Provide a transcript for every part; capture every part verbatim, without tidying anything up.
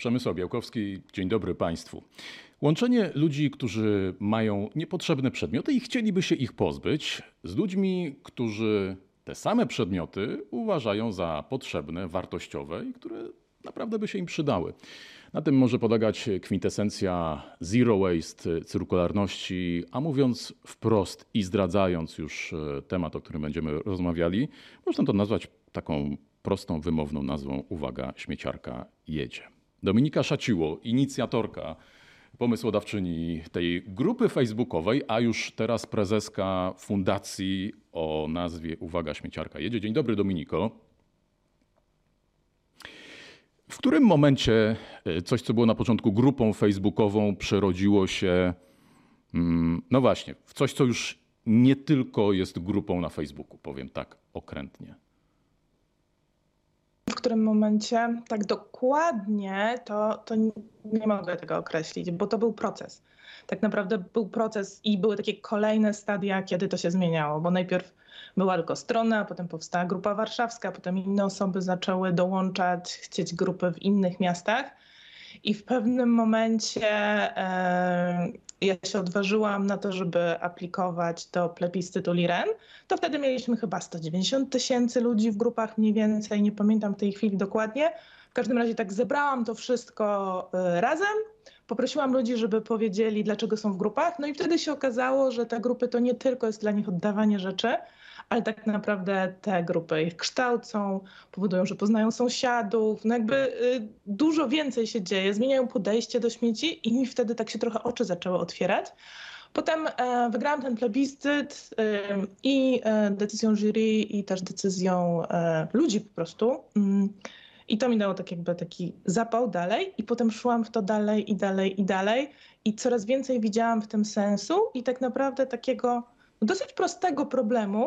Przemysław Białkowski, dzień dobry Państwu. Łączenie ludzi, którzy mają niepotrzebne przedmioty i chcieliby się ich pozbyć, z ludźmi, którzy te same przedmioty uważają za potrzebne, wartościowe i które naprawdę by się im przydały. Na tym może polegać kwintesencja zero waste, cyrkularności, a mówiąc wprost i zdradzając już temat, o którym będziemy rozmawiali, można to nazwać taką prostą, wymowną nazwą, uwaga, śmieciarka jedzie. Dominika Szaciło, inicjatorka, pomysłodawczyni tej grupy facebookowej, a już teraz prezeska fundacji o nazwie Uwaga, śmieciarka jedzie. Dzień dobry, Dominiko. W którym momencie coś, co było na początku grupą facebookową, przerodziło się, no właśnie, w coś, co już nie tylko jest grupą na Facebooku, powiem tak okrętnie? W którym momencie, tak dokładnie, to, to nie mogę tego określić, bo to był proces. Tak naprawdę był proces i były takie kolejne stadia, kiedy to się zmieniało, bo najpierw była tylko strona, potem powstała Grupa Warszawska, potem inne osoby zaczęły dołączać, chcieć grupy w innych miastach i w pewnym momencie e, ja się odważyłam na to, żeby aplikować do plebiscytu Liren. To wtedy mieliśmy chyba sto dziewięćdziesiąt tysięcy ludzi w grupach mniej więcej, nie pamiętam w tej chwili dokładnie. W każdym razie tak zebrałam to wszystko razem, poprosiłam ludzi, żeby powiedzieli, dlaczego są w grupach. No i wtedy się okazało, że te grupy to nie tylko jest dla nich oddawanie rzeczy, ale tak naprawdę te grupy ich kształcą, powodują, że poznają sąsiadów, no jakby y, dużo więcej się dzieje, zmieniają podejście do śmieci i mi wtedy tak się trochę oczy zaczęły otwierać. Potem e, wygrałam ten plebiscyt y, i e, decyzją jury i też decyzją e, ludzi po prostu. Y, I to mi dało tak jakby taki zapał dalej i potem szłam w to dalej i dalej i dalej i coraz więcej widziałam w tym sensu i tak naprawdę takiego dosyć prostego problemu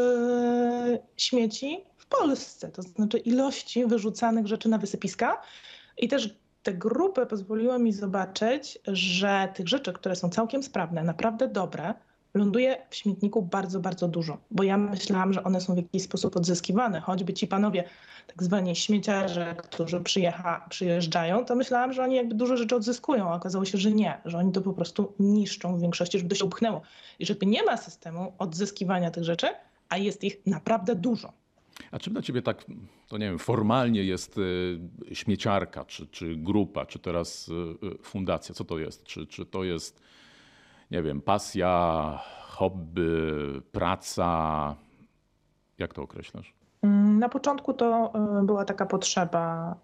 yy, śmieci w Polsce, to znaczy ilości wyrzucanych rzeczy na wysypiska. I też te grupy pozwoliły mi zobaczyć, że tych rzeczy, które są całkiem sprawne, naprawdę dobre, ląduje w śmietniku bardzo, bardzo dużo. Bo ja myślałam, że one są w jakiś sposób odzyskiwane. Choćby ci panowie, tak zwani śmieciarze, którzy przyjecha, przyjeżdżają, to myślałam, że oni jakby dużo rzeczy odzyskują, a okazało się, że nie. Że oni to po prostu niszczą w większości, żeby to się upchnęło. I żeby nie ma systemu odzyskiwania tych rzeczy, a jest ich naprawdę dużo. A czym dla ciebie tak, to nie wiem, formalnie jest śmieciarka, czy, czy grupa, czy teraz fundacja? Co to jest? Czy, czy to jest, nie wiem, pasja, hobby, praca? Jak to określasz? Na początku to była taka potrzeba,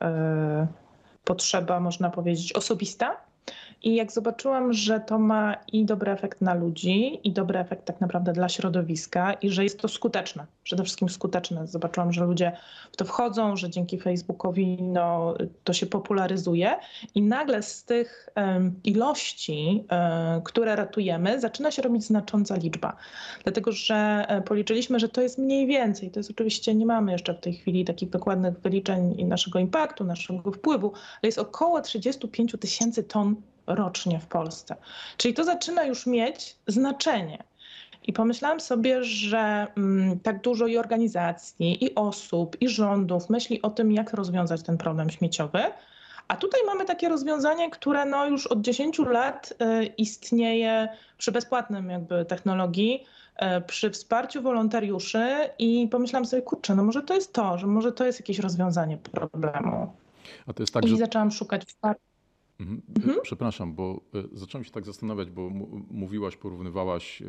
potrzeba, można powiedzieć, osobista. I jak zobaczyłam, że to ma i dobry efekt na ludzi, i dobry efekt tak naprawdę dla środowiska i że jest to skuteczne, przede wszystkim skuteczne. Zobaczyłam, że ludzie w to wchodzą, że dzięki Facebookowi no, to się popularyzuje i nagle z tych um, ilości, um, które ratujemy, zaczyna się robić znacząca liczba. Dlatego, że policzyliśmy, że to jest mniej więcej, to jest oczywiście, nie mamy jeszcze w tej chwili takich dokładnych wyliczeń naszego impaktu, naszego wpływu, ale jest około trzydzieści pięć tysięcy ton rocznie w Polsce. Czyli to zaczyna już mieć znaczenie. I pomyślałam sobie, że mm, tak dużo i organizacji, i osób, i rządów myśli o tym, jak rozwiązać ten problem śmieciowy. A tutaj mamy takie rozwiązanie, które no już od dziesięciu lat y, istnieje przy bezpłatnym jakby technologii, y, przy wsparciu wolontariuszy i pomyślałam sobie, kurczę, no może to jest to, że może to jest jakieś rozwiązanie problemu. A to jest tak, I że... zaczęłam szukać wsparcia. Mhm. Przepraszam, bo zacząłem się tak zastanawiać, bo mówiłaś, porównywałaś,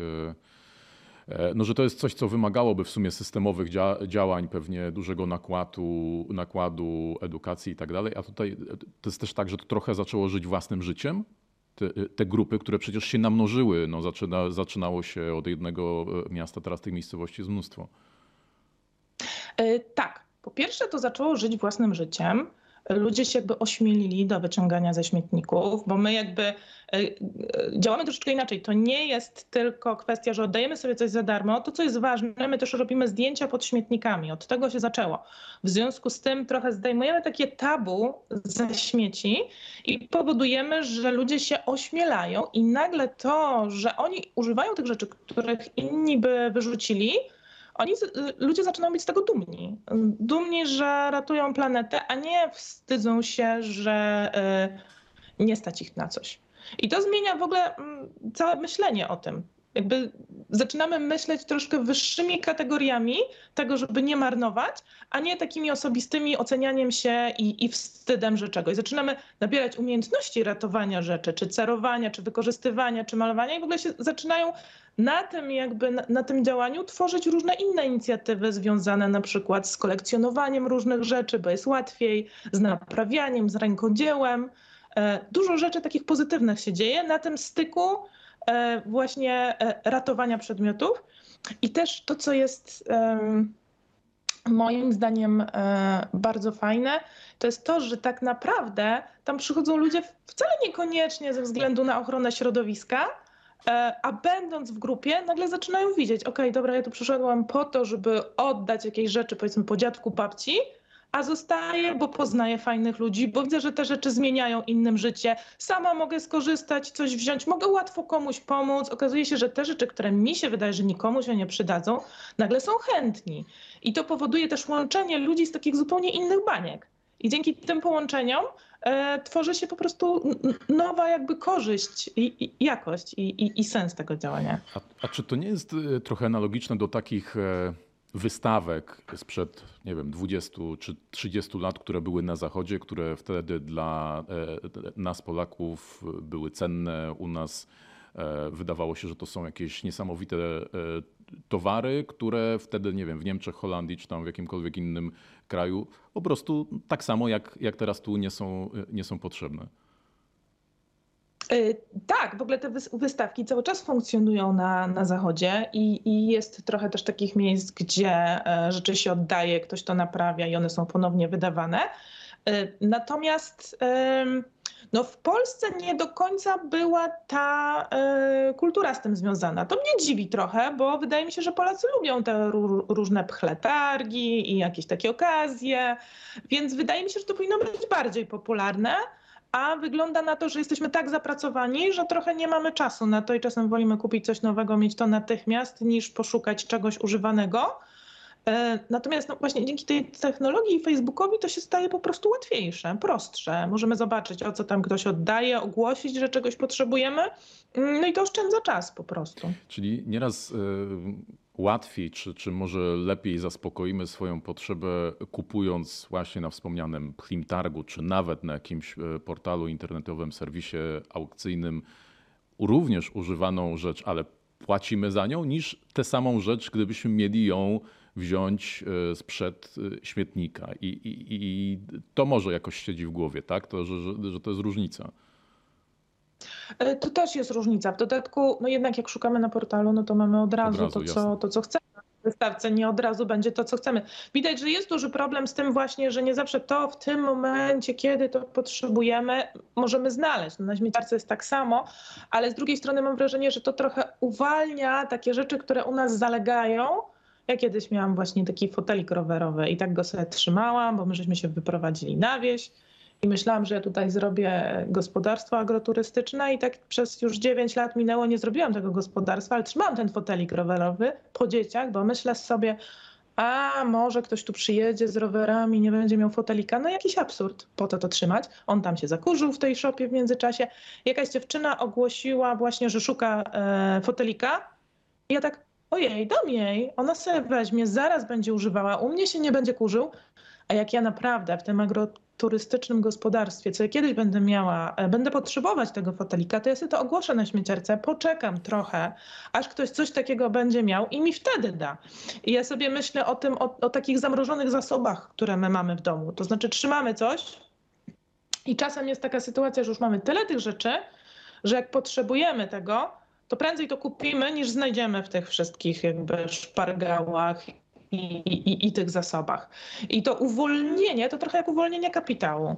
no, że to jest coś, co wymagałoby w sumie systemowych dzia- działań, pewnie dużego nakładu, nakładu edukacji i tak dalej, a tutaj to jest też tak, że to trochę zaczęło żyć własnym życiem? Te, te grupy, które przecież się namnożyły, no, zaczyna, zaczynało się od jednego miasta, teraz tych miejscowości jest mnóstwo. Yy, tak, po pierwsze to zaczęło żyć własnym życiem. Ludzie się jakby ośmielili do wyciągania ze śmietników, bo my jakby działamy troszeczkę inaczej. To nie jest tylko kwestia, że oddajemy sobie coś za darmo. To, co jest ważne, my też robimy zdjęcia pod śmietnikami. Od tego się zaczęło. W związku z tym trochę zdejmujemy takie tabu ze śmieci i powodujemy, że ludzie się ośmielają i nagle to, że oni używają tych rzeczy, których inni by wyrzucili, oni, ludzie zaczynają być z tego dumni. Dumni, że ratują planetę, a nie wstydzą się, że nie stać ich na coś. I to zmienia w ogóle całe myślenie o tym. Jakby zaczynamy myśleć troszkę wyższymi kategoriami tego, żeby nie marnować, a nie takimi osobistymi ocenianiem się i, i wstydem, że czegoś. Zaczynamy nabierać umiejętności ratowania rzeczy, czy cerowania, czy wykorzystywania, czy malowania i w ogóle się zaczynają na tym jakby, na, na tym działaniu tworzyć różne inne inicjatywy związane na przykład z kolekcjonowaniem różnych rzeczy, bo jest łatwiej, z naprawianiem, z rękodziełem. Dużo rzeczy takich pozytywnych się dzieje na tym styku właśnie ratowania przedmiotów. I też to, co jest moim zdaniem bardzo fajne, to jest to, że tak naprawdę tam przychodzą ludzie wcale niekoniecznie ze względu na ochronę środowiska, a będąc w grupie nagle zaczynają widzieć, okej, okay, dobra, ja tu przyszedłam po to, żeby oddać jakieś rzeczy, powiedzmy po dziadku, babci, a zostaję, bo poznaję fajnych ludzi, bo widzę, że te rzeczy zmieniają innym życie. Sama mogę skorzystać, coś wziąć, mogę łatwo komuś pomóc. Okazuje się, że te rzeczy, które mi się wydaje, że nikomu się nie przydadzą, nagle są chętni. I to powoduje też łączenie ludzi z takich zupełnie innych baniek. I dzięki tym połączeniom e, tworzy się po prostu nowa jakby korzyść i, i jakość i, i, i sens tego działania. A, a czy to nie jest trochę analogiczne do takich e, wystawek sprzed, nie wiem, dwudziestu czy trzydziestu lat, które były na Zachodzie, które wtedy dla e, nas Polaków były cenne, u nas e, wydawało się, że to są jakieś niesamowite e, towary, które wtedy, nie wiem, w Niemczech, Holandii czy tam w jakimkolwiek innym kraju po prostu tak samo jak, jak teraz tu nie są, nie są potrzebne. Tak, w ogóle te wystawki cały czas funkcjonują na, na Zachodzie i, i jest trochę też takich miejsc, gdzie rzeczy się oddaje, ktoś to naprawia i one są ponownie wydawane. Natomiast no w Polsce nie do końca była ta y, kultura z tym związana. To mnie dziwi trochę, bo wydaje mi się, że Polacy lubią te ró- różne pchletargi i jakieś takie okazje, więc wydaje mi się, że to powinno być bardziej popularne, a wygląda na to, że jesteśmy tak zapracowani, że trochę nie mamy czasu na to i czasem wolimy kupić coś nowego, mieć to natychmiast, niż poszukać czegoś używanego. Natomiast no właśnie dzięki tej technologii i Facebookowi to się staje po prostu łatwiejsze, prostsze. Możemy zobaczyć, o co tam ktoś oddaje, ogłosić, że czegoś potrzebujemy, no i to oszczędza czas po prostu. Czyli nieraz y, łatwiej, czy, czy może lepiej zaspokoimy swoją potrzebę kupując właśnie na wspomnianym Pchlimtargu, czy nawet na jakimś portalu internetowym, serwisie aukcyjnym również używaną rzecz, ale płacimy za nią, niż tę samą rzecz, gdybyśmy mieli ją wziąć sprzed śmietnika. I, i, i to może jakoś siedzi w głowie, tak? To, że, że, że to jest różnica. To też jest różnica. W dodatku, no jednak jak szukamy na portalu, no to mamy od razu, od razu to, co, to, co chcemy. W wystawce nie od razu będzie to, co chcemy. Widać, że jest duży problem z tym właśnie, że nie zawsze to w tym momencie, kiedy to potrzebujemy, możemy znaleźć. No na śmieciarce jest tak samo, ale z drugiej strony mam wrażenie, że to trochę uwalnia takie rzeczy, które u nas zalegają. Ja kiedyś miałam właśnie taki fotelik rowerowy i tak go sobie trzymałam, bo my żeśmy się wyprowadzili na wieś i myślałam, że ja tutaj zrobię gospodarstwo agroturystyczne i tak przez już dziewięć lat minęło, nie zrobiłam tego gospodarstwa, ale trzymałam ten fotelik rowerowy po dzieciach, bo myślę sobie, a może ktoś tu przyjedzie z rowerami, nie będzie miał fotelika. No jakiś absurd, po to to trzymać. On tam się zakurzył w tej szopie w międzyczasie. Jakaś dziewczyna ogłosiła właśnie, że szuka e, fotelika i ja tak, ojej, dam jej, ona sobie weźmie, zaraz będzie używała, u mnie się nie będzie kurzył, a jak ja naprawdę w tym agroturystycznym gospodarstwie, co ja kiedyś będę miała, będę potrzebować tego fotelika, to ja sobie to ogłoszę na śmieciarce, poczekam trochę, aż ktoś coś takiego będzie miał i mi wtedy da. I ja sobie myślę o tym, o, o takich zamrożonych zasobach, które my mamy w domu. To znaczy trzymamy coś i czasem jest taka sytuacja, że już mamy tyle tych rzeczy, że jak potrzebujemy tego, to prędzej to kupimy, niż znajdziemy w tych wszystkich jakby szpargałach i, i, i tych zasobach. I to uwolnienie to trochę jak uwolnienie kapitału.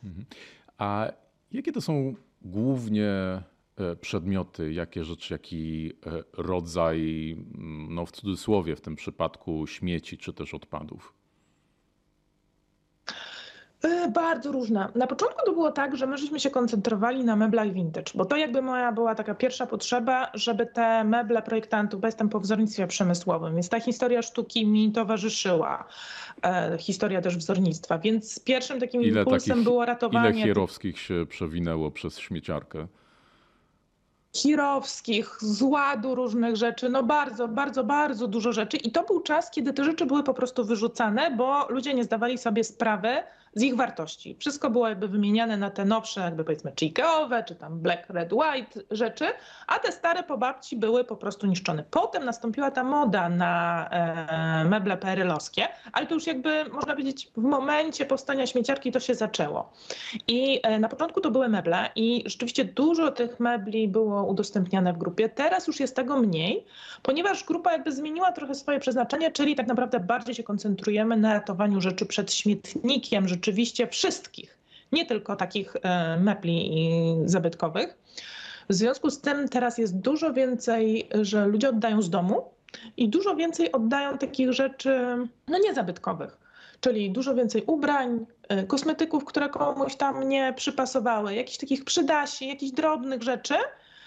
A jakie to są głównie przedmioty, jakie rzeczy, jaki rodzaj, no w cudzysłowie w tym przypadku śmieci czy też odpadów? Y, Bardzo różne. Na początku to było tak, że my żeśmy się koncentrowali na meblach vintage, bo to jakby moja była taka pierwsza potrzeba, żeby te meble projektantów, bo jestem po wzornictwie przemysłowym, więc ta historia sztuki mi towarzyszyła, e, historia też wzornictwa, więc pierwszym takim Ile takich, impulsem było ile ratowanie tych Chierowskich się przewinęło przez śmieciarkę? kirowskich, z ładu różnych rzeczy, no bardzo, bardzo, bardzo dużo rzeczy. I to był czas, kiedy te rzeczy były po prostu wyrzucane, bo ludzie nie zdawali sobie sprawy z ich wartości. Wszystko było jakby wymieniane na te nowsze, jakby powiedzmy chickeowe, czy tam black, red, white rzeczy, a te stare po babci były po prostu niszczone. Potem nastąpiła ta moda na e, meble perelowskie, ale to już jakby można powiedzieć w momencie powstania śmieciarki to się zaczęło. I e, na początku to były meble i rzeczywiście dużo tych mebli było udostępniane w grupie. Teraz już jest tego mniej, ponieważ grupa jakby zmieniła trochę swoje przeznaczenie, czyli tak naprawdę bardziej się koncentrujemy na ratowaniu rzeczy przed śmietnikiem, rzeczywiście wszystkich, nie tylko takich e, mebli i zabytkowych. W związku z tym teraz jest dużo więcej, że ludzie oddają z domu i dużo więcej oddają takich rzeczy, no niezabytkowych. Czyli dużo więcej ubrań, y, kosmetyków, które komuś tam nie przypasowały, jakichś takich przydasi, jakichś drobnych rzeczy.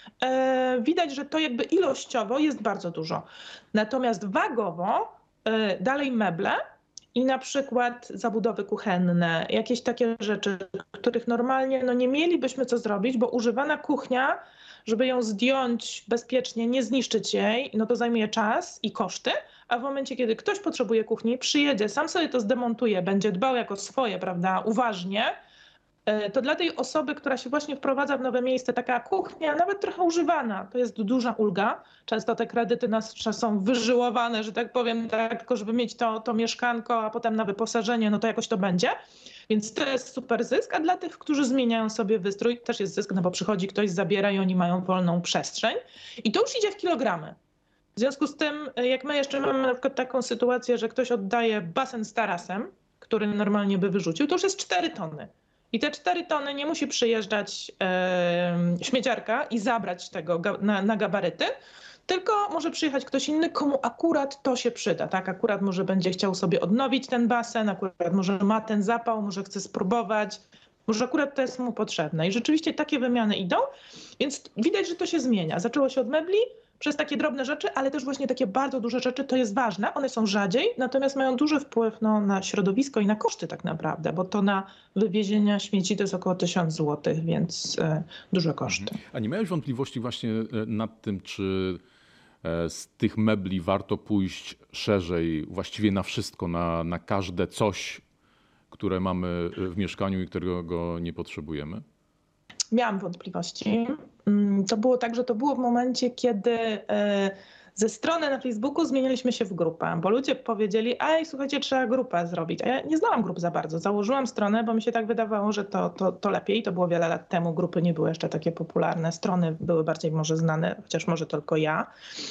E, Widać, że to jakby ilościowo jest bardzo dużo. Natomiast wagowo e, dalej meble i na przykład zabudowy kuchenne, jakieś takie rzeczy, których normalnie no nie mielibyśmy co zrobić, bo używana kuchnia, żeby ją zdjąć bezpiecznie, nie zniszczyć jej, no to zajmuje czas i koszty, a w momencie, kiedy ktoś potrzebuje kuchni, przyjedzie, sam sobie to zdemontuje, będzie dbał jako swoje, prawda, uważnie, to dla tej osoby, która się właśnie wprowadza w nowe miejsce, taka kuchnia, nawet trochę używana, to jest duża ulga. Często te kredyty nasze są wyżyłowane, że tak powiem, tak, tylko żeby mieć to, to mieszkanko, a potem na wyposażenie, no to jakoś to będzie. Więc to jest super zysk, a dla tych, którzy zmieniają sobie wystrój, też jest zysk, no bo przychodzi ktoś, zabiera i oni mają wolną przestrzeń. I to już idzie w kilogramy. W związku z tym, jak my jeszcze mamy na przykład taką sytuację, że ktoś oddaje basen z tarasem, który normalnie by wyrzucił, to już jest cztery tony. I te cztery tony nie musi przyjeżdżać e, śmieciarka i zabrać tego ga, na, na gabaryty, tylko może przyjechać ktoś inny, komu akurat to się przyda. Tak? Akurat może będzie chciał sobie odnowić ten basen, akurat może ma ten zapał, może chce spróbować, może akurat to jest mu potrzebne. I rzeczywiście takie wymiany idą, więc widać, że to się zmienia. Zaczęło się od mebli, przez takie drobne rzeczy, ale też właśnie takie bardzo duże rzeczy, to jest ważne. One są rzadziej, natomiast mają duży wpływ no, na środowisko i na koszty tak naprawdę, bo to na wywiezienie śmieci to jest około tysiąc złotych, więc e, duże koszty. A nie miałeś wątpliwości właśnie nad tym, czy z tych mebli warto pójść szerzej, właściwie na wszystko, na, na każde coś, które mamy w mieszkaniu i którego nie potrzebujemy? Miałam wątpliwości. To było tak, że to było w momencie, kiedy ze strony na Facebooku zmieniliśmy się w grupę, bo ludzie powiedzieli, ej, słuchajcie, trzeba grupę zrobić. A ja nie znałam grup za bardzo. Założyłam stronę, bo mi się tak wydawało, że to, to, to lepiej. To było wiele lat temu. Grupy nie były jeszcze takie popularne. Strony były bardziej może znane, chociaż może tylko ja.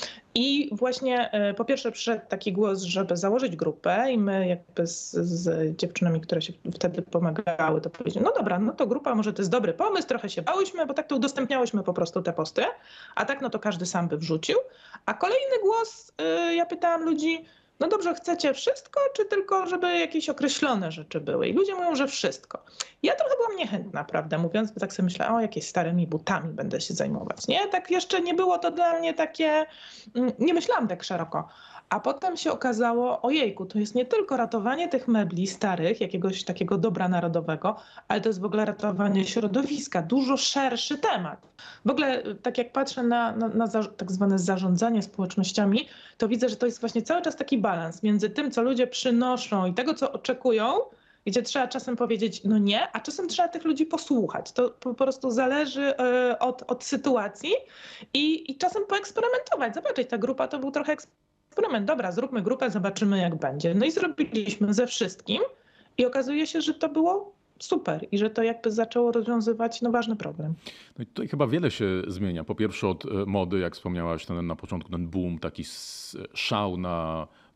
I właśnie po pierwsze przyszedł taki głos, żeby założyć grupę i my jakby z, z dziewczynami, które się wtedy pomagały, to powiedzieli, no dobra, no to grupa, może to jest dobry pomysł, trochę się bałyśmy, bo tak to udostępniałyśmy po prostu te posty, a tak no to każdy sam by wrzucił. A kolejny głos, ja pytałam ludzi, no dobrze, chcecie wszystko, czy tylko żeby jakieś określone rzeczy były? I ludzie mówią, że wszystko. Ja trochę byłam niechętna, prawdę mówiąc, bo tak sobie myślałam, o jakieś starymi butami będę się zajmować. Nie, tak jeszcze nie było to dla mnie takie, nie myślałam tak szeroko. A potem się okazało, ojejku, to jest nie tylko ratowanie tych mebli starych, jakiegoś takiego dobra narodowego, ale to jest w ogóle ratowanie środowiska, dużo szerszy temat. W ogóle tak jak patrzę na, na, na za, tak zwane zarządzanie społecznościami, to widzę, że to jest właśnie cały czas taki balans między tym, co ludzie przynoszą i tego, co oczekują, gdzie trzeba czasem powiedzieć no nie, a czasem trzeba tych ludzi posłuchać. To po prostu zależy od, od sytuacji i, i czasem poeksperymentować. Zobaczyć, ta grupa to był trochę eksperyment. Dobra, zróbmy grupę, zobaczymy jak będzie. No i zrobiliśmy ze wszystkim i okazuje się, że to było super i że to jakby zaczęło rozwiązywać no, ważny problem. No i tutaj chyba wiele się zmienia. Po pierwsze od mody, jak wspomniałaś ten, na początku ten boom, taki szał na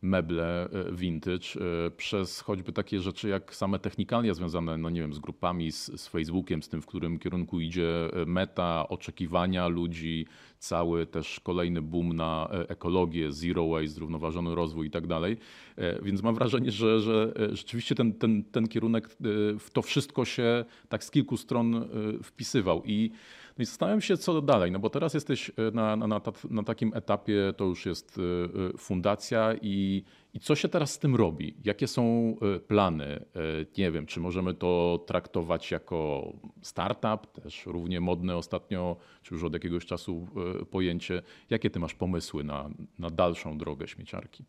meble vintage, przez choćby takie rzeczy jak same technikalia związane, no nie wiem, z grupami, z, z Facebookiem, z tym, w którym kierunku idzie meta, oczekiwania ludzi, cały też kolejny boom na ekologię, zero waste, zrównoważony rozwój i tak dalej. Więc mam wrażenie, że, że rzeczywiście ten, ten, ten kierunek w to wszystko się tak z kilku stron wpisywał. I, no i zastanawiam się, co dalej, no bo teraz jesteś na, na, na, na takim etapie, to już jest fundacja i, i co się teraz z tym robi? Jakie są plany? Nie wiem, czy możemy to traktować jako startup, też równie modne ostatnio, czy już od jakiegoś czasu pojęcie. Jakie ty masz pomysły na, na dalszą drogę śmieciarki?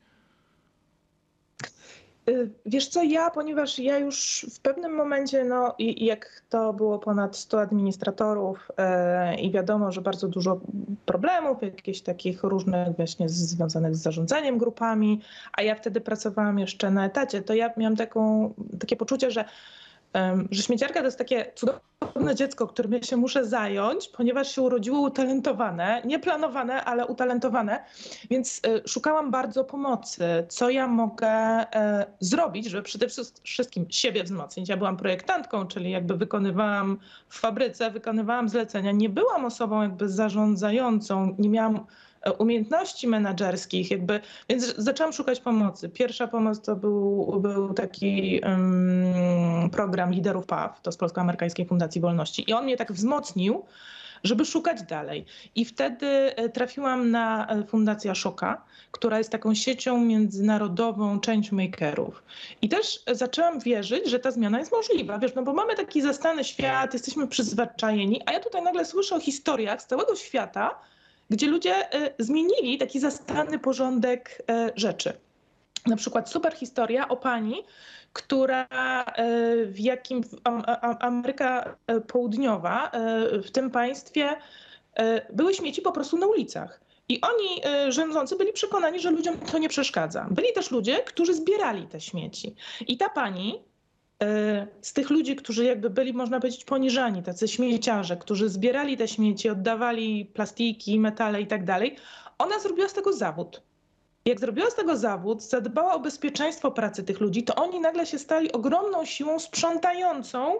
Wiesz co, ja, ponieważ ja już w pewnym momencie, no i jak to było ponad stu administratorów yy, i wiadomo, że bardzo dużo problemów, jakichś takich różnych właśnie związanych z zarządzaniem grupami, a ja wtedy pracowałam jeszcze na etacie, to ja miałam taką, takie poczucie, że że śmieciarka to jest takie cudowne dziecko, którym ja się muszę zająć, ponieważ się urodziło utalentowane, nieplanowane, ale utalentowane, więc szukałam bardzo pomocy, co ja mogę zrobić, żeby przede wszystkim siebie wzmocnić. Ja byłam projektantką, czyli jakby wykonywałam w fabryce, wykonywałam zlecenia, nie byłam osobą jakby zarządzającą, nie miałam umiejętności menedżerskich, jakby, więc zaczęłam szukać pomocy. Pierwsza pomoc to był, był taki um, program Liderów P A W, to z Polsko-Amerykańskiej Fundacji Wolności. I on mnie tak wzmocnił, żeby szukać dalej. I wtedy trafiłam na Fundację Ashoka, która jest taką siecią międzynarodową changemakerów. I też zaczęłam wierzyć, że ta zmiana jest możliwa. Wiesz, no bo mamy taki zastany świat, jesteśmy przyzwyczajeni, a ja tutaj nagle słyszę o historiach z całego świata, gdzie ludzie zmienili taki zastany porządek rzeczy. Na przykład super historia o pani, która w jakim Ameryka Południowa, w tym państwie były śmieci po prostu na ulicach. I oni, rządzący, byli przekonani, że ludziom to nie przeszkadza. Byli też ludzie, którzy zbierali te śmieci. I ta pani z tych ludzi, którzy jakby byli, można powiedzieć, poniżani, tacy śmieciarze, którzy zbierali te śmieci, oddawali plastiki, metale i tak dalej, ona zrobiła z tego zawód. Jak zrobiła z tego zawód, zadbała o bezpieczeństwo pracy tych ludzi, to oni nagle się stali ogromną siłą sprzątającą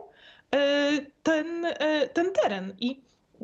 ten, ten teren. I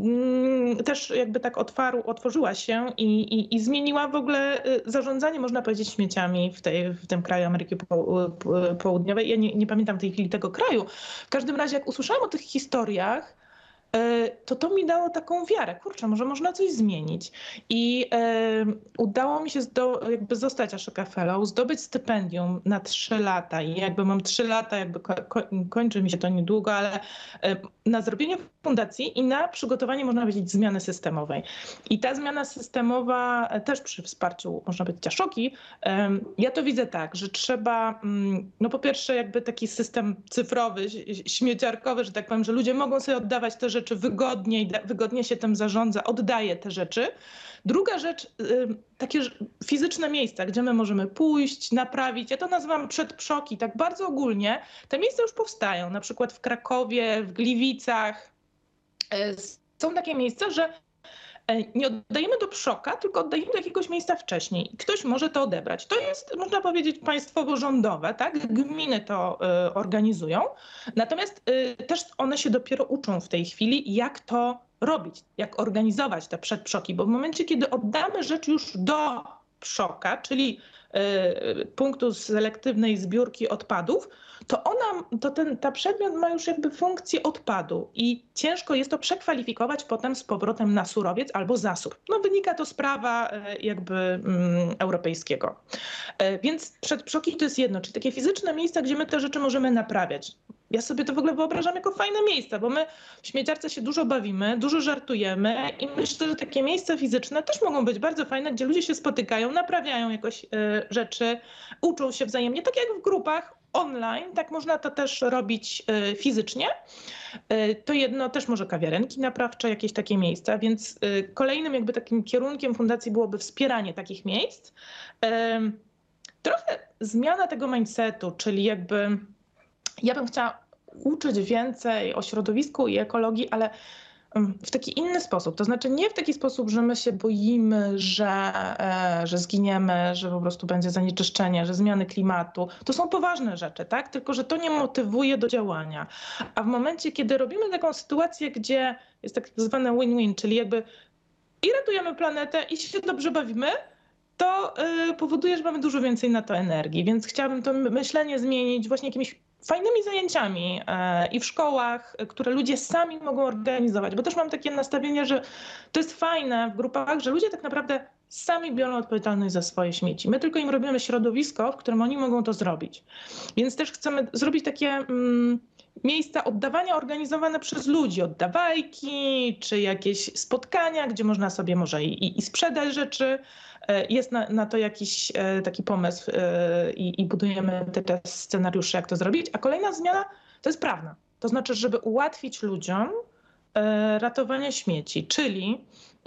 też jakby tak otwarł, otworzyła się i, i, i zmieniła w ogóle zarządzanie, można powiedzieć, śmieciami w, tej, w tym kraju Ameryki Południowej. Ja nie, nie pamiętam w tej chwili tego kraju. W każdym razie, jak usłyszałam o tych historiach, to to mi dało taką wiarę. Kurczę, może można coś zmienić. I e, udało mi się zdo, jakby zostać Ashoka Fellow, zdobyć stypendium na trzy lata. I jakby mam trzy lata, jakby ko, ko, kończy mi się to niedługo, ale e, na zrobienie fundacji i na przygotowanie, można powiedzieć, zmiany systemowej. I ta zmiana systemowa też przy wsparciu, można powiedzieć, Ashoki, e, ja to widzę tak, że trzeba, no po pierwsze jakby taki system cyfrowy, śmieciarkowy, że tak powiem, że ludzie mogą sobie oddawać te rzeczy wygodnie i wygodnie się tym zarządza, oddaje te rzeczy. Druga rzecz, takie fizyczne miejsca, gdzie my możemy pójść, naprawić. Ja to nazywam przedprzoki, tak bardzo ogólnie. Te miejsca już powstają, na przykład w Krakowie, w Gliwicach. Są takie miejsca, że nie oddajemy do przoka, tylko oddajemy do jakiegoś miejsca wcześniej. Ktoś może to odebrać. To jest, można powiedzieć, państwowo-rządowe, tak? Gminy to y, organizują. Natomiast y, też one się dopiero uczą w tej chwili, jak to robić, jak organizować te przedprzoki, bo w momencie, kiedy oddamy rzecz już do przoka, czyli y, punktu selektywnej zbiórki odpadów, to ona, to ten ta przedmiot ma już jakby funkcję odpadu i ciężko jest to przekwalifikować potem z powrotem na surowiec albo zasób. No wynika to z prawa jakby um, europejskiego. Więc przedprzoki to jest jedno, czyli takie fizyczne miejsca, gdzie my te rzeczy możemy naprawiać. Ja sobie to w ogóle wyobrażam jako fajne miejsca, bo my w śmieciarce się dużo bawimy, dużo żartujemy i myślę, że takie miejsca fizyczne też mogą być bardzo fajne, gdzie ludzie się spotykają, naprawiają jakoś y, rzeczy, uczą się wzajemnie, tak jak w grupach online, tak można to też robić y, fizycznie. Y, to jedno też może kawiarenki naprawcze, jakieś takie miejsca, więc y, kolejnym jakby takim kierunkiem fundacji byłoby wspieranie takich miejsc. Y, trochę zmiana tego mindsetu, czyli jakby ja bym chciała uczyć więcej o środowisku i ekologii, ale w taki inny sposób. To znaczy nie w taki sposób, że my się boimy, że, e, że zginiemy, że po prostu będzie zanieczyszczenie, że zmiany klimatu. To są poważne rzeczy, tak? Tylko że to nie motywuje do działania. A w momencie, kiedy robimy taką sytuację, gdzie jest tak zwane win-win, czyli jakby i ratujemy planetę i się dobrze bawimy, to y, powoduje, że mamy dużo więcej na to energii. Więc chciałabym to myślenie zmienić właśnie jakimiś fajnymi zajęciami e, i w szkołach, które ludzie sami mogą organizować. Bo też mam takie nastawienie, że to jest fajne w grupach, że ludzie tak naprawdę sami biorą odpowiedzialność za swoje śmieci. My tylko im robimy środowisko, w którym oni mogą to zrobić. Więc też chcemy zrobić takie mm, miejsca oddawania organizowane przez ludzi, oddawajki, czy jakieś spotkania, gdzie można sobie może i, i sprzedać rzeczy. Jest na, na to jakiś taki pomysł i, i budujemy te, te scenariusze, jak to zrobić. A kolejna zmiana to jest prawna. To znaczy, żeby ułatwić ludziom ratowanie śmieci, czyli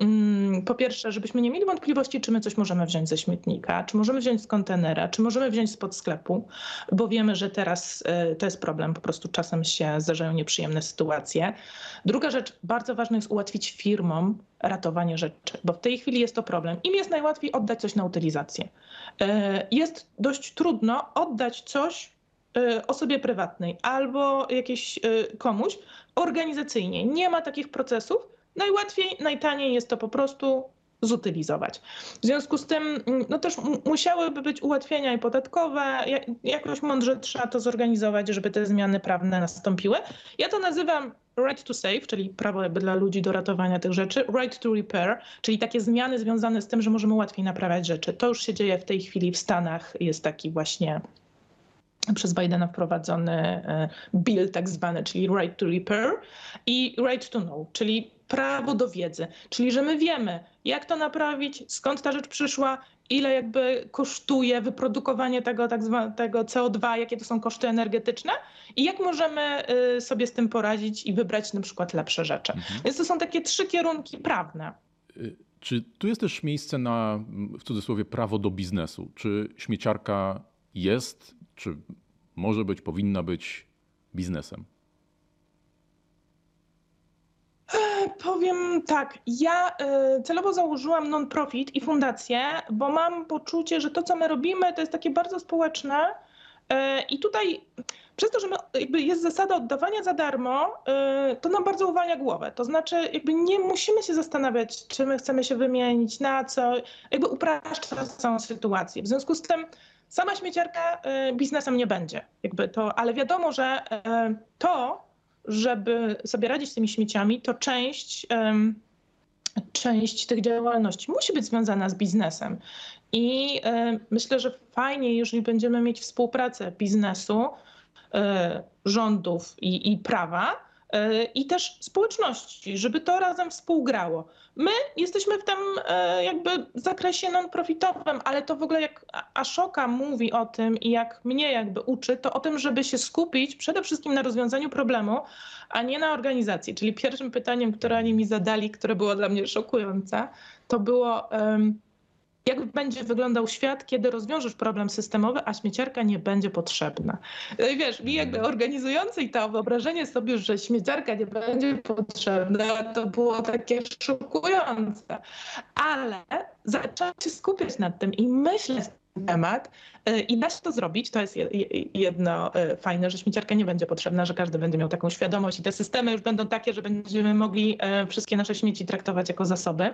po pierwsze, żebyśmy nie mieli wątpliwości, czy my coś możemy wziąć ze śmietnika, czy możemy wziąć z kontenera, czy możemy wziąć spod sklepu, bo wiemy, że teraz to jest problem, po prostu czasem się zdarzają nieprzyjemne sytuacje. Druga rzecz, bardzo ważne jest ułatwić firmom ratowanie rzeczy, bo w tej chwili jest to problem. Im jest najłatwiej oddać coś na utylizację. Jest dość trudno oddać coś osobie prywatnej albo jakieś komuś organizacyjnie. Nie ma takich procesów. Najłatwiej, najtaniej jest to po prostu zutylizować. W związku z tym no też musiałyby być ułatwienia i podatkowe. Jakoś mądrze trzeba to zorganizować, żeby te zmiany prawne nastąpiły. Ja to nazywam right to save, czyli prawo jakby dla ludzi do ratowania tych rzeczy, right to repair, czyli takie zmiany związane z tym, że możemy łatwiej naprawiać rzeczy. To już się dzieje w tej chwili w Stanach. Jest taki właśnie przez Bidena wprowadzony bill tak zwany, czyli right to repair i right to know, czyli prawo do wiedzy, czyli że my wiemy, jak to naprawić, skąd ta rzecz przyszła, ile jakby kosztuje wyprodukowanie tego tak zwanego C O dwa, jakie to są koszty energetyczne i jak możemy sobie z tym poradzić i wybrać na przykład lepsze rzeczy. Mhm. Więc to są takie trzy kierunki prawne. Czy tu jest też miejsce na, w cudzysłowie, prawo do biznesu? Czy śmieciarka jest, czy może być, powinna być biznesem? Powiem tak, ja celowo założyłam non-profit i fundację, bo mam poczucie, że to, co my robimy, to jest takie bardzo społeczne i tutaj przez to, że my, jakby jest zasada oddawania za darmo, to nam bardzo uwalnia głowę. To znaczy jakby nie musimy się zastanawiać, czy my chcemy się wymienić, na co, jakby upraszcza całą sytuację. W związku z tym sama śmieciarka biznesem nie będzie, jakby to, ale wiadomo, że to, żeby sobie radzić z tymi śmieciami, to część, um, część tych działalności musi być związana z biznesem. I um, myślę, że fajnie, jeżeli będziemy mieć współpracę biznesu, um, rządów i, i prawa, i też społeczności, żeby to razem współgrało. My jesteśmy w tym jakby zakresie non-profitowym, ale to w ogóle jak Ashoka mówi o tym i jak mnie jakby uczy, to o tym, żeby się skupić przede wszystkim na rozwiązaniu problemu, a nie na organizacji. Czyli pierwszym pytaniem, które oni mi zadali, które było dla mnie szokujące, to było um, jak będzie wyglądał świat, kiedy rozwiążesz problem systemowy, a śmieciarka nie będzie potrzebna. I wiesz, mi jakby organizującej to wyobrażenie sobie, że śmieciarka nie będzie potrzebna, to było takie szokujące. Ale zaczęłam się skupiać nad tym i myśleć na ten temat i da się to zrobić. To jest jedno fajne, że śmieciarka nie będzie potrzebna, że każdy będzie miał taką świadomość i te systemy już będą takie, że będziemy mogli wszystkie nasze śmieci traktować jako zasoby.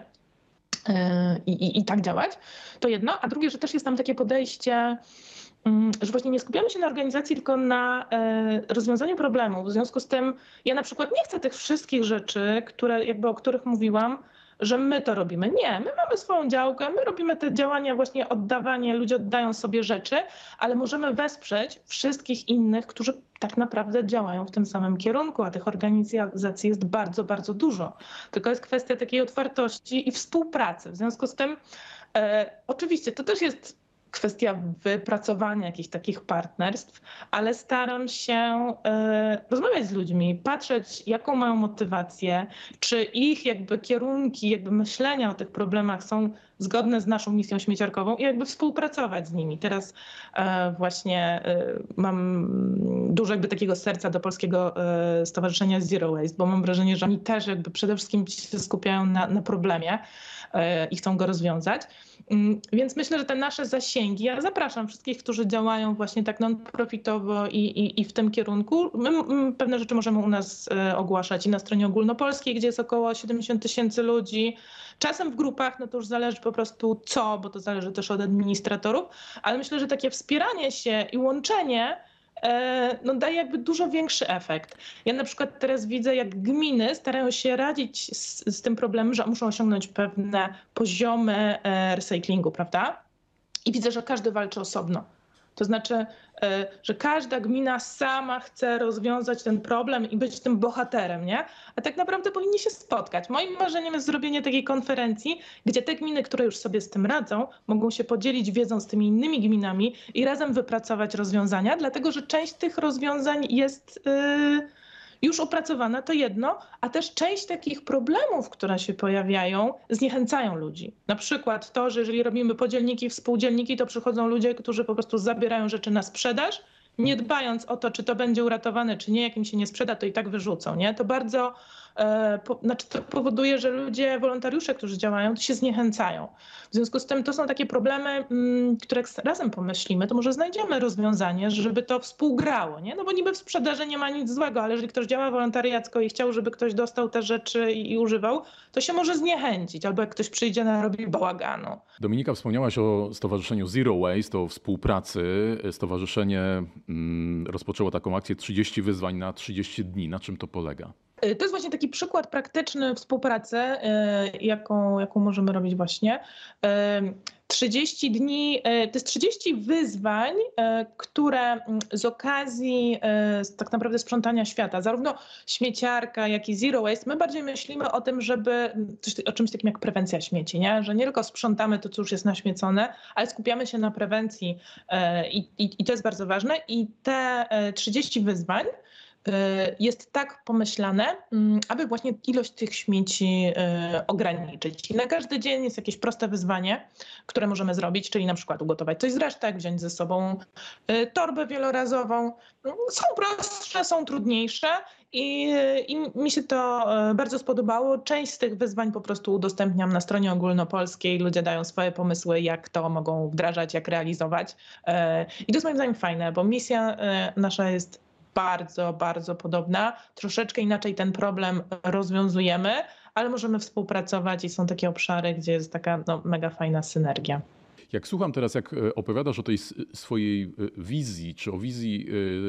I, i, i tak działać, to jedno. A drugie, że też jest tam takie podejście, że właśnie nie skupiamy się na organizacji, tylko na rozwiązaniu problemów. W związku z tym ja na przykład nie chcę tych wszystkich rzeczy, które, jakby o których mówiłam, że my to robimy. Nie, my mamy swoją działkę, my robimy te działania, właśnie oddawanie, ludzie oddają sobie rzeczy, ale możemy wesprzeć wszystkich innych, którzy tak naprawdę działają w tym samym kierunku, a tych organizacji jest bardzo, bardzo dużo. Tylko jest kwestia takiej otwartości i współpracy. W związku z tym e, oczywiście to też jest kwestia wypracowania jakichś takich partnerstw, ale staram się y, rozmawiać z ludźmi, patrzeć, jaką mają motywację, czy ich jakby kierunki jakby myślenia o tych problemach są zgodne z naszą misją śmieciarkową i jakby współpracować z nimi. Teraz e, właśnie e, mam dużo jakby takiego serca do polskiego e, stowarzyszenia Zero Waste, bo mam wrażenie, że oni też jakby przede wszystkim się skupiają na, na problemie e, i chcą go rozwiązać. Mm, Więc myślę, że te nasze zasięgi, ja zapraszam wszystkich, którzy działają właśnie tak non-profitowo i, i, i w tym kierunku. My m, pewne rzeczy możemy u nas e, ogłaszać i na stronie ogólnopolskiej, gdzie jest około siedemdziesiąt tysięcy ludzi. Czasem w grupach, no to już zależy po prostu co, bo to zależy też od administratorów, ale myślę, że takie wspieranie się i łączenie e, no daje jakby dużo większy efekt. Ja na przykład teraz widzę, jak gminy starają się radzić z, z tym problemem, że muszą osiągnąć pewne poziomy e, recyklingu, prawda? I widzę, że każdy walczy osobno. To znaczy, e, że każda gmina sama chce rozwiązać ten problem i być tym bohaterem, nie? A tak naprawdę powinni się spotkać. Moim marzeniem jest zrobienie takiej konferencji, gdzie te gminy, które już sobie z tym radzą, mogą się podzielić wiedzą z tymi innymi gminami i razem wypracować rozwiązania, dlatego że część tych rozwiązań jest yy, już opracowana, to jedno, a też część takich problemów, które się pojawiają, zniechęcają ludzi. Na przykład to, że jeżeli robimy podzielniki, współdzielniki, to przychodzą ludzie, którzy po prostu zabierają rzeczy na sprzedaż, nie dbając o to, czy to będzie uratowane, czy nie, jak im się nie sprzeda, to i tak wyrzucą. Nie? To bardzo e, po, znaczy to powoduje, że ludzie, wolontariusze, którzy działają, to się zniechęcają. W związku z tym to są takie problemy, m, które jak razem pomyślimy, to może znajdziemy rozwiązanie, żeby to współgrało. Nie? No bo niby w sprzedaży nie ma nic złego, ale jeżeli ktoś działa wolontariacko i chciał, żeby ktoś dostał te rzeczy i, i używał, to się może zniechęcić. Albo jak ktoś przyjdzie, narobi bałaganu. Dominika, wspomniałaś o stowarzyszeniu Zero Waste, o współpracy. Stowarzyszenie mm, rozpoczęło taką akcję trzydzieści wyzwań na trzydzieści dni. Na czym to polega? To jest właśnie taki przykład praktyczny współpracy, jaką, jaką możemy robić właśnie. trzydzieści dni, to jest trzydzieści wyzwań, które z okazji tak naprawdę sprzątania świata, zarówno śmieciarka, jak i Zero Waste, my bardziej myślimy o tym, żeby coś, o czymś takim jak prewencja śmieci, nie? Że nie tylko sprzątamy to, co już jest naśmiecone, ale skupiamy się na prewencji i, i, i to jest bardzo ważne. I te trzydzieści wyzwań jest tak pomyślane, aby właśnie ilość tych śmieci ograniczyć. I na każdy dzień jest jakieś proste wyzwanie, które możemy zrobić, czyli na przykład ugotować coś z resztek, wziąć ze sobą torbę wielorazową. Są prostsze, są trudniejsze i, i mi się to bardzo spodobało. Część z tych wyzwań po prostu udostępniam na stronie ogólnopolskiej. Ludzie dają swoje pomysły, jak to mogą wdrażać, jak realizować. I to jest moim zdaniem fajne, bo misja nasza jest bardzo, bardzo podobna. Troszeczkę inaczej ten problem rozwiązujemy, ale możemy współpracować i są takie obszary, gdzie jest taka no, mega fajna synergia. Jak słucham teraz, jak opowiadasz o tej swojej wizji, czy o wizji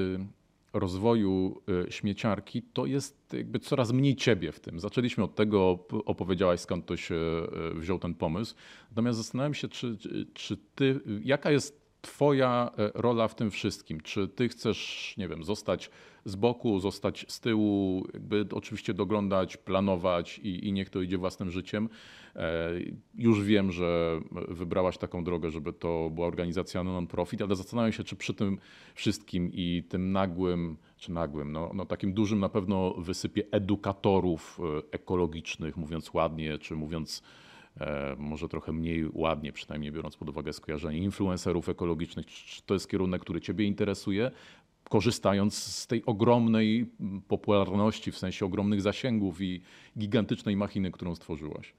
rozwoju śmieciarki, to jest jakby coraz mniej ciebie w tym. Zaczęliśmy od tego, opowiedziałaś, skąd to się wziął ten pomysł. Natomiast zastanawiam się, czy, czy ty, jaka jest twoja rola w tym wszystkim? Czy ty chcesz, nie wiem, zostać z boku, zostać z tyłu, jakby oczywiście doglądać, planować i, i niech to idzie własnym życiem? Już wiem, że wybrałaś taką drogę, żeby to była organizacja non-profit, ale zastanawiam się, czy przy tym wszystkim i tym nagłym, czy nagłym, no, no takim dużym na pewno wysypie edukatorów ekologicznych, mówiąc ładnie, czy mówiąc może trochę mniej ładnie, przynajmniej biorąc pod uwagę skojarzenie influencerów ekologicznych. Czy to jest kierunek, który ciebie interesuje, korzystając z tej ogromnej popularności, w sensie ogromnych zasięgów i gigantycznej machiny, którą stworzyłaś?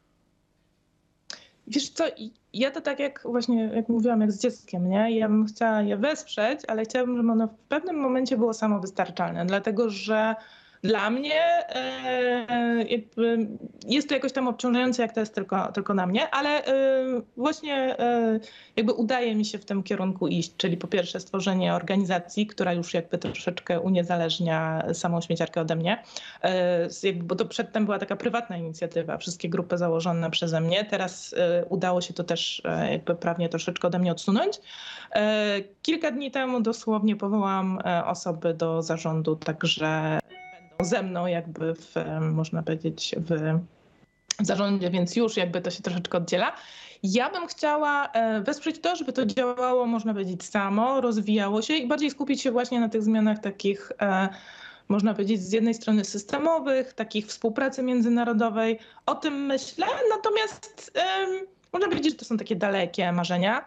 Wiesz co, ja to tak jak właśnie, jak mówiłam, jak z dzieckiem, nie? Ja bym chciała je wesprzeć, ale chciałabym, żeby ono w pewnym momencie było samowystarczalne, dlatego że dla mnie e, jakby jest to jakoś tam obciążające, jak to jest tylko, tylko na mnie, ale e, właśnie e, jakby udaje mi się w tym kierunku iść, czyli po pierwsze stworzenie organizacji, która już jakby troszeczkę uniezależnia samą śmieciarkę ode mnie, e, jakby, bo to przedtem była taka prywatna inicjatywa, wszystkie grupy założone przeze mnie, teraz e, udało się to też e, jakby prawnie troszeczkę ode mnie odsunąć. E, kilka dni temu dosłownie powołałam e, osoby do zarządu, także ze mną jakby w, można powiedzieć, w zarządzie, więc już jakby to się troszeczkę oddziela. Ja bym chciała wesprzeć to, żeby to działało, można powiedzieć, samo, rozwijało się i bardziej skupić się właśnie na tych zmianach takich, można powiedzieć, z jednej strony systemowych, takich współpracy międzynarodowej. O tym myślę, natomiast można powiedzieć, że to są takie dalekie marzenia.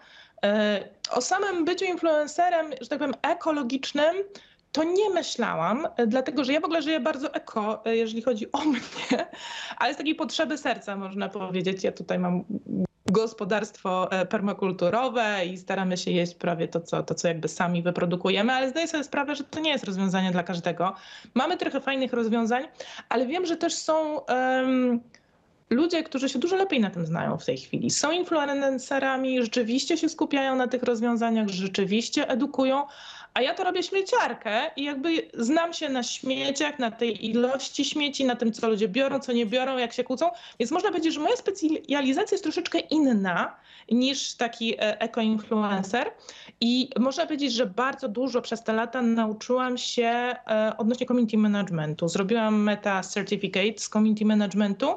O samym byciu influencerem, że tak powiem, ekologicznym, to nie myślałam, dlatego że ja w ogóle żyję bardzo eko, jeżeli chodzi o mnie, ale z takiej potrzeby serca można powiedzieć. Ja tutaj mam gospodarstwo permakulturowe i staramy się jeść prawie to, co, to, co jakby sami wyprodukujemy, ale zdaję sobie sprawę, że to nie jest rozwiązanie dla każdego. Mamy trochę fajnych rozwiązań, ale wiem, że też są um, ludzie, którzy się dużo lepiej na tym znają w tej chwili. Są influencerami, rzeczywiście się skupiają na tych rozwiązaniach, rzeczywiście edukują, a ja to robię śmieciarkę i jakby znam się na śmieciach, na tej ilości śmieci, na tym, co ludzie biorą, co nie biorą, jak się kłócą. Więc można powiedzieć, że moja specjalizacja jest troszeczkę inna niż taki eko-influencer. I można powiedzieć, że bardzo dużo przez te lata nauczyłam się odnośnie community managementu. Zrobiłam Meta Certificate z community managementu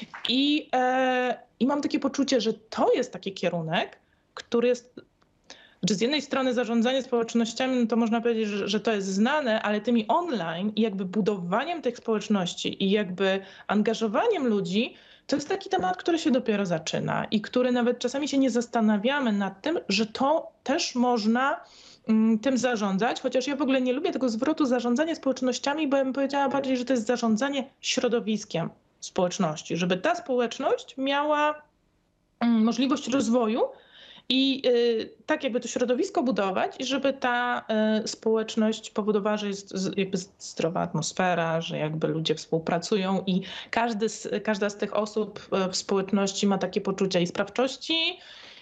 i, i mam takie poczucie, że to jest taki kierunek, który jest... Znaczy z jednej strony zarządzanie społecznościami, no to można powiedzieć, że, że to jest znane, ale tymi online i jakby budowaniem tych społeczności i jakby angażowaniem ludzi, to jest taki temat, który się dopiero zaczyna i który nawet czasami się nie zastanawiamy nad tym, że to też można mm, tym zarządzać, chociaż ja w ogóle nie lubię tego zwrotu zarządzanie społecznościami, bo ja bym powiedziała bardziej, że to jest zarządzanie środowiskiem społeczności, żeby ta społeczność miała mm, możliwość rozwoju, i y, tak jakby to środowisko budować i żeby ta y, społeczność powodowała, że jest z, jakby zdrowa atmosfera, że jakby ludzie współpracują i każdy z, każda z tych osób w społeczności ma takie poczucie i sprawczości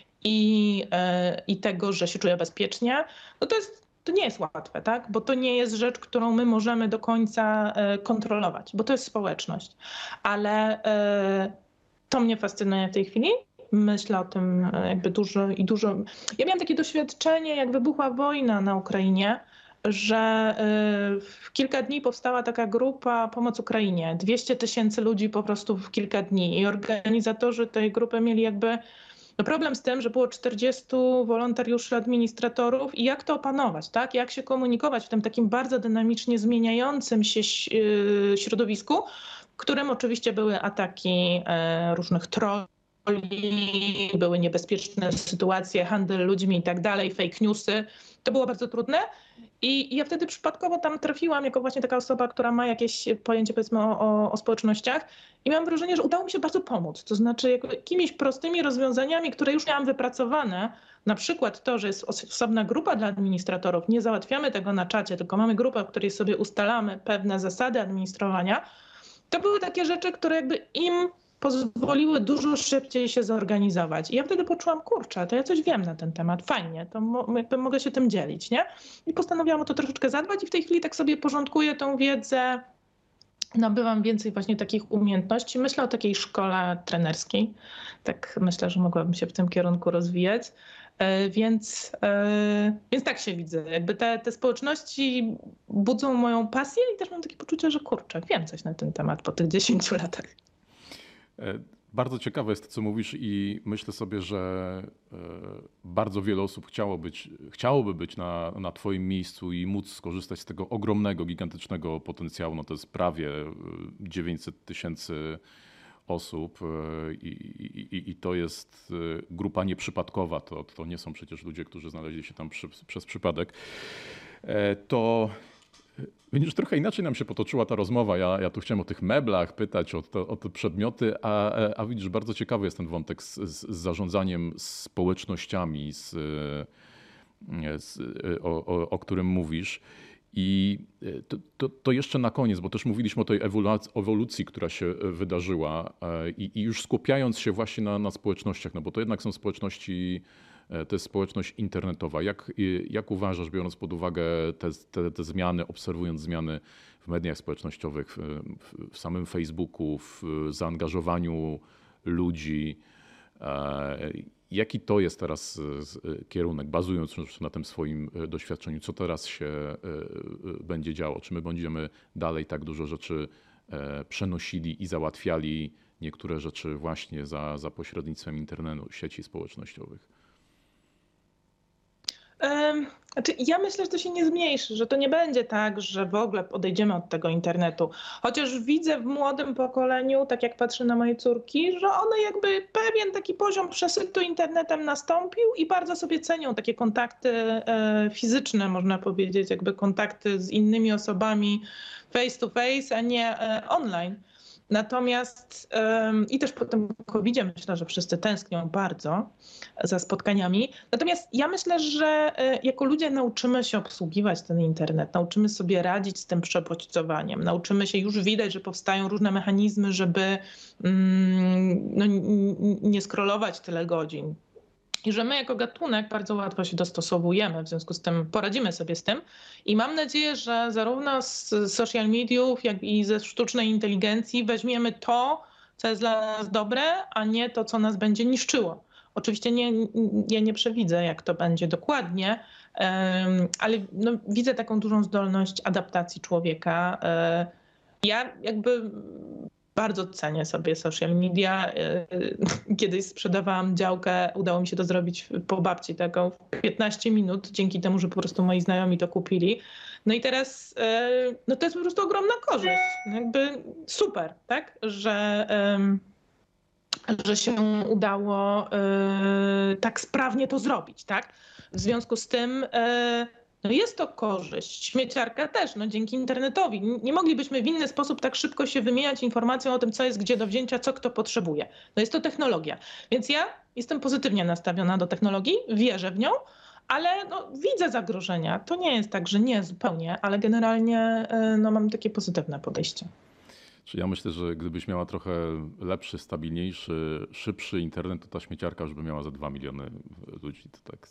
i, y, i tego, że się czuje bezpiecznie. No to jest, to nie jest łatwe, tak? Bo to nie jest rzecz, którą my możemy do końca y, kontrolować, bo to jest społeczność. Ale y, to mnie fascynuje w tej chwili. Myślę o tym jakby dużo i dużo. Ja miałam takie doświadczenie, jak wybuchła wojna na Ukrainie, że w kilka dni powstała taka grupa Pomoc Ukrainie. dwieście tysięcy ludzi po prostu w kilka dni i organizatorzy tej grupy mieli jakby no problem z tym, że było czterdziestu wolontariuszy, administratorów i jak to opanować, tak? Jak się komunikować w tym takim bardzo dynamicznie zmieniającym się środowisku, w którym oczywiście były ataki różnych trolli, były niebezpieczne sytuacje, handel ludźmi i tak dalej, fake newsy. To było bardzo trudne i ja wtedy przypadkowo tam trafiłam jako właśnie taka osoba, która ma jakieś pojęcie powiedzmy o, o, o społecznościach i miałam wrażenie, że udało mi się bardzo pomóc. To znaczy jakimiś prostymi rozwiązaniami, które już miałam wypracowane, na przykład to, że jest osobna grupa dla administratorów, nie załatwiamy tego na czacie, tylko mamy grupę, w której sobie ustalamy pewne zasady administrowania. To były takie rzeczy, które jakby im pozwoliły dużo szybciej się zorganizować. I ja wtedy poczułam, kurczę, to ja coś wiem na ten temat, fajnie, to mo- mogę się tym dzielić, nie? I postanowiłam o to troszeczkę zadbać i w tej chwili tak sobie porządkuję tą wiedzę, nabywam więcej właśnie takich umiejętności. Myślę o takiej szkole trenerskiej. Tak myślę, że mogłabym się w tym kierunku rozwijać. Więc, więc tak się widzę. Jakby te, te społeczności budzą moją pasję i też mam takie poczucie, że kurczę, wiem coś na ten temat po tych dziesięciu latach. Bardzo ciekawe jest to, co mówisz i myślę sobie, że bardzo wiele osób chciało być, chciałoby być na, na twoim miejscu i móc skorzystać z tego ogromnego, gigantycznego potencjału. No to jest prawie dziewięćset tysięcy osób i, i, i to jest grupa nieprzypadkowa. To, to nie są przecież ludzie, którzy znaleźli się tam przy, przez przypadek. To widzisz, trochę inaczej nam się potoczyła ta rozmowa. Ja, ja tu chciałem o tych meblach pytać, o, to, o te przedmioty, a, a widzisz, bardzo ciekawy jest ten wątek z, z zarządzaniem społecznościami, z, z, o, o, o którym mówisz. I to, to, to jeszcze na koniec, bo też mówiliśmy o tej ewolucji, ewolucji która się wydarzyła i, i już skupiając się właśnie na, na społecznościach, no bo to jednak są społeczności, to jest społeczność internetowa. Jak, jak uważasz, biorąc pod uwagę te, te, te zmiany, obserwując zmiany w mediach społecznościowych, w, w samym Facebooku, w zaangażowaniu ludzi, jaki to jest teraz kierunek, bazując już na tym swoim doświadczeniu, co teraz się będzie działo? Czy my będziemy dalej tak dużo rzeczy przenosili i załatwiali niektóre rzeczy właśnie za, za pośrednictwem internetu, sieci społecznościowych? Znaczy, ja myślę, że to się nie zmniejszy, że to nie będzie tak, że w ogóle odejdziemy od tego internetu. Chociaż widzę w młodym pokoleniu, tak jak patrzę na moje córki, że one jakby pewien taki poziom przesytu internetem nastąpił i bardzo sobie cenią takie kontakty e, fizyczne, można powiedzieć, jakby kontakty z innymi osobami face to face, a nie e, online. Natomiast um, i też po tym kowidzie myślę, że wszyscy tęsknią bardzo za spotkaniami. Natomiast ja myślę, że y, jako ludzie nauczymy się obsługiwać ten internet, nauczymy sobie radzić z tym przebodźcowaniem, nauczymy się, już widać, że powstają różne mechanizmy, żeby mm, no, nie scrollować tyle godzin. I że my jako gatunek bardzo łatwo się dostosowujemy, w związku z tym poradzimy sobie z tym. I mam nadzieję, że zarówno z social mediów, jak i ze sztucznej inteligencji weźmiemy to, co jest dla nas dobre, a nie to, co nas będzie niszczyło. Oczywiście nie, ja nie przewidzę, jak to będzie dokładnie, ale no, widzę taką dużą zdolność adaptacji człowieka. Ja jakby bardzo cenię sobie social media. Kiedyś sprzedawałam działkę, udało mi się to zrobić po babci taką w piętnaście minut, dzięki temu, że po prostu moi znajomi to kupili. No i teraz no to jest po prostu ogromna korzyść. Jakby super, tak? Że, że się udało tak sprawnie to zrobić, tak? W związku z tym no jest to korzyść. Śmieciarka też, no dzięki internetowi. Nie moglibyśmy w inny sposób tak szybko się wymieniać informacją o tym, co jest gdzie do wzięcia, co kto potrzebuje. No jest to technologia. Więc ja jestem pozytywnie nastawiona do technologii, wierzę w nią, ale no, widzę zagrożenia. To nie jest tak, że nie zupełnie, ale generalnie no, mam takie pozytywne podejście. Czy ja myślę, że gdybyś miała trochę lepszy, stabilniejszy, szybszy internet, to ta śmieciarka już by miała za dwa miliony ludzi. To tak...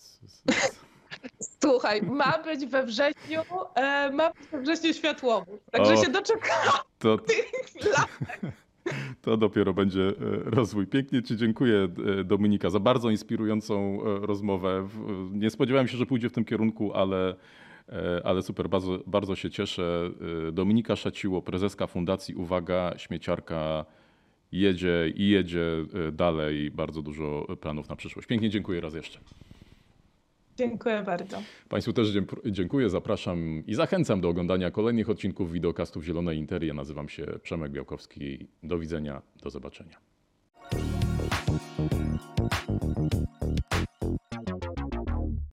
Słuchaj, ma być we wrześniu, e, ma być we wrześniu światłowód, także o, się doczekałam to, tych lat. To dopiero będzie rozwój. Pięknie ci dziękuję, Dominika, za bardzo inspirującą rozmowę. Nie spodziewałem się, że pójdzie w tym kierunku, ale, ale super, bardzo, bardzo się cieszę. Dominika Szaciło, prezeska Fundacji Uwaga, Śmieciarka, jedzie i jedzie dalej. Bardzo dużo planów na przyszłość. Pięknie dziękuję raz jeszcze. Dziękuję bardzo. Państwu też dziękuję, zapraszam i zachęcam do oglądania kolejnych odcinków wideokastów Zielonej Interii. Ja nazywam się Przemek Białkowski. Do widzenia, do zobaczenia.